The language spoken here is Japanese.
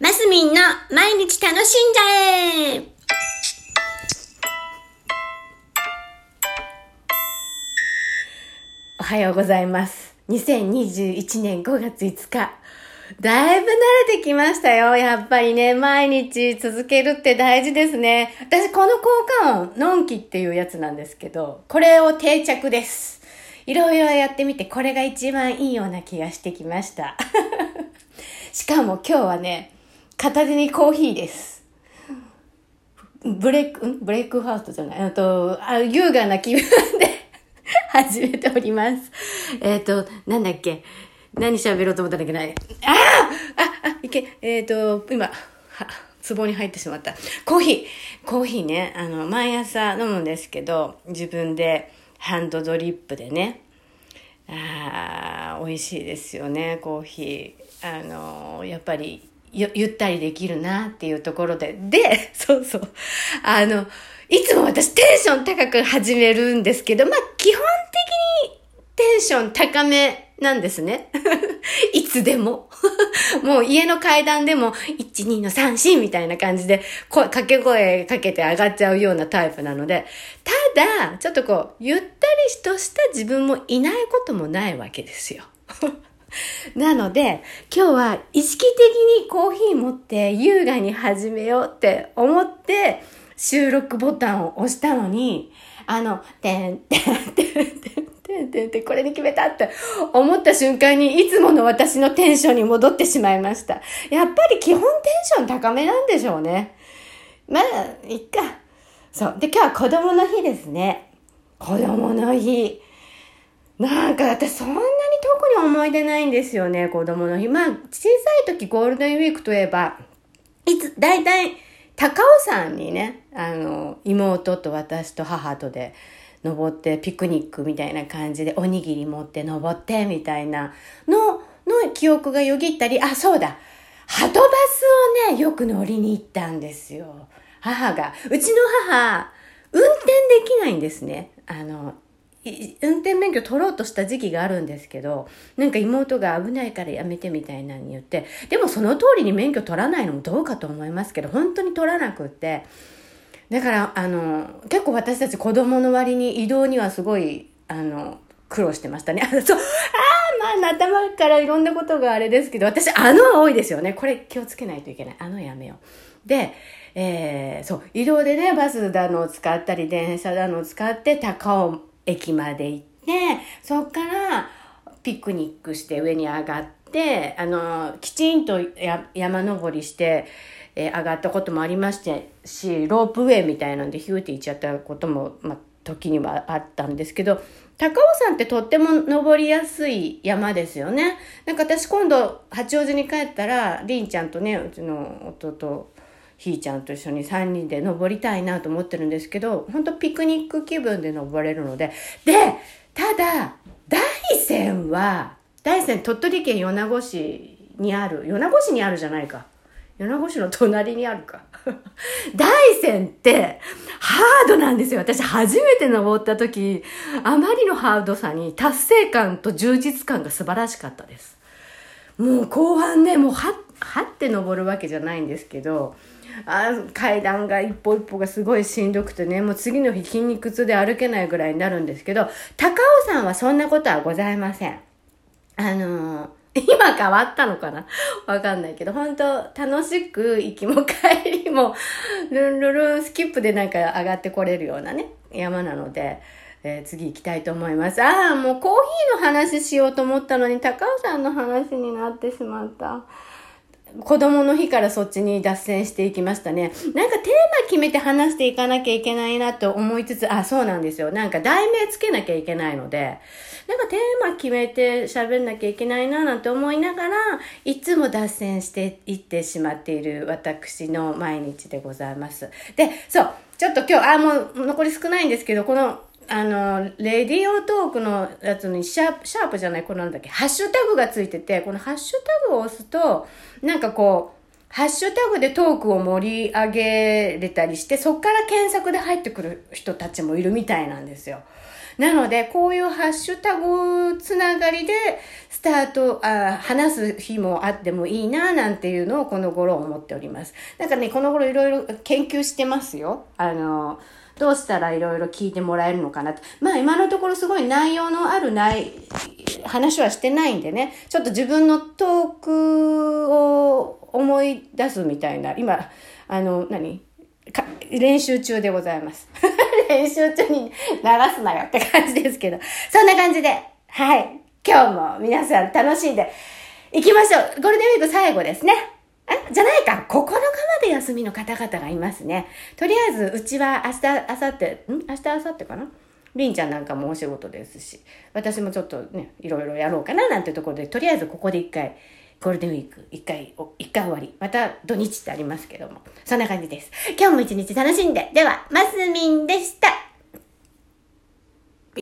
マスミンの毎日楽しんじゃえ。おはようございます。2021年5月5日。だいぶ慣れてきましたよ。やっぱりね、毎日続けるって大事ですね。私この効果音、のんきっていうやつなんですけど、これを定着です。いろいろやってみて、これが一番いいような気がしてきました。しかも今日はね、片手にコーヒーです。ブレイクファーストじゃない。優雅な気分で始めております。なんだっけ。何喋ろうと思ったんだっけない。今、壺に入ってしまった。コーヒーね、毎朝飲むんですけど、自分でハンドドリップでね。美味しいですよね、コーヒー。やっぱり、ゆったりできるなっていうところで。で、そうそう。いつも私テンション高く始めるんですけど、基本的にテンション高めなんですね。いつでも。もう家の階段でも、1、2の3、4みたいな感じで、掛け声かけて上がっちゃうようなタイプなので、ただ、ちょっとゆったりとした自分もいないこともないわけですよ。なので、今日は意識的にコーヒー持って優雅に始めようって思って収録ボタンを押したのに、てんってこれに決めたって思った瞬間にいつもの私のテンションに戻ってしまいました。やっぱり基本テンション高めなんでしょうね。いっか。そう。で、今日は子供の日ですね。子供の日。なんか私そんなに特に思い出ないんですよね、子供の日。小さい時ゴールデンウィークといえば、だいたい高尾山にね、妹と私と母とで登ってピクニックみたいな感じでおにぎり持って登ってみたいなの記憶がよぎったり、そうだ、はとバスをね、よく乗りに行ったんですよ。母が。うちの母、運転できないんですね。運転免許取ろうとした時期があるんですけど、なんか妹が危ないからやめてみたいなのに言って、でもその通りに免許取らないのもどうかと思いますけど、本当に取らなくって、だから結構私たち子供の割に移動にはすごい苦労してましたね。頭からいろんなことがあれですけど、私は多いですよね。これ気をつけないといけない。やめよう。で、移動でね、バスだのを使ったり電車だのを使って高尾駅まで行って、そっからピクニックして上に上がって、きちんと山登りして、上がったこともありましてし、ロープウェイみたいなんでヒューって行っちゃったことも、時にはあったんですけど、高尾山ってとっても登りやすい山ですよね。なんか私今度八王子に帰ったら、りんちゃんとね、うちの弟、ひーちゃんと一緒に3人で登りたいなと思ってるんですけど、本当ピクニック気分で登れるので。で、ただ、大山鳥取県米子市にあるじゃないか。米子市の隣にあるか。大山ってハードなんですよ。私初めて登った時、あまりのハードさに達成感と充実感が素晴らしかったです。もう後半ね、もうはって登るわけじゃないんですけど、階段が一歩一歩がすごいしんどくてね、もう次の日筋肉痛で歩けないぐらいになるんですけど、高尾山はそんなことはございません。今変わったのかなわかんないけど、本当楽しく行きも帰りもルンルルンスキップでなんか上がってこれるようなね、山なので、次行きたいと思います。もうコーヒーの話しようと思ったのに高尾山の話になってしまった。子供の日からそっちに脱線していきましたね。なんかテーマ決めて話していかなきゃいけないなと思いつつ、そうなんですよ。なんか題名つけなきゃいけないので、なんかテーマ決めて喋んなきゃいけないななんて思いながら、いつも脱線していってしまっている私の毎日でございます。で、ちょっと今日、もう残り少ないんですけど、この、レディオトークのやつにシャープじゃない、これなんだっけ、ハッシュタグがついてて、このハッシュタグを押すと、なんかハッシュタグでトークを盛り上げれたりして、そっから検索で入ってくる人たちもいるみたいなんですよ。 なので、こういうハッシュタグつながりで、スタート、話す日もあってもいいな、なんていうのをこの頃思っております。なんかね、この頃いろいろ研究してますよ。どうしたらいろいろ聞いてもらえるのかなと。まあ今のところすごい内容のある話はしてないんでね、ちょっと自分のトークを思い出すみたいな、今、練習中でございます。練習中に流すなよって感じですけど。そんな感じで、はい。今日も皆さん楽しんでいきましょう。ゴールデンウィーク最後ですね。じゃないか。9日まで休みの方々がいますね。とりあえず、うちは明日、明後日かな。りんちゃんなんかもお仕事ですし、私もちょっとね、いろいろやろうかななんてところで、とりあえずここで一回、ゴールデンウィーク一回終わり。また土日ってありますけども。そんな感じです。今日も一日楽しんで。では、マスミンでした。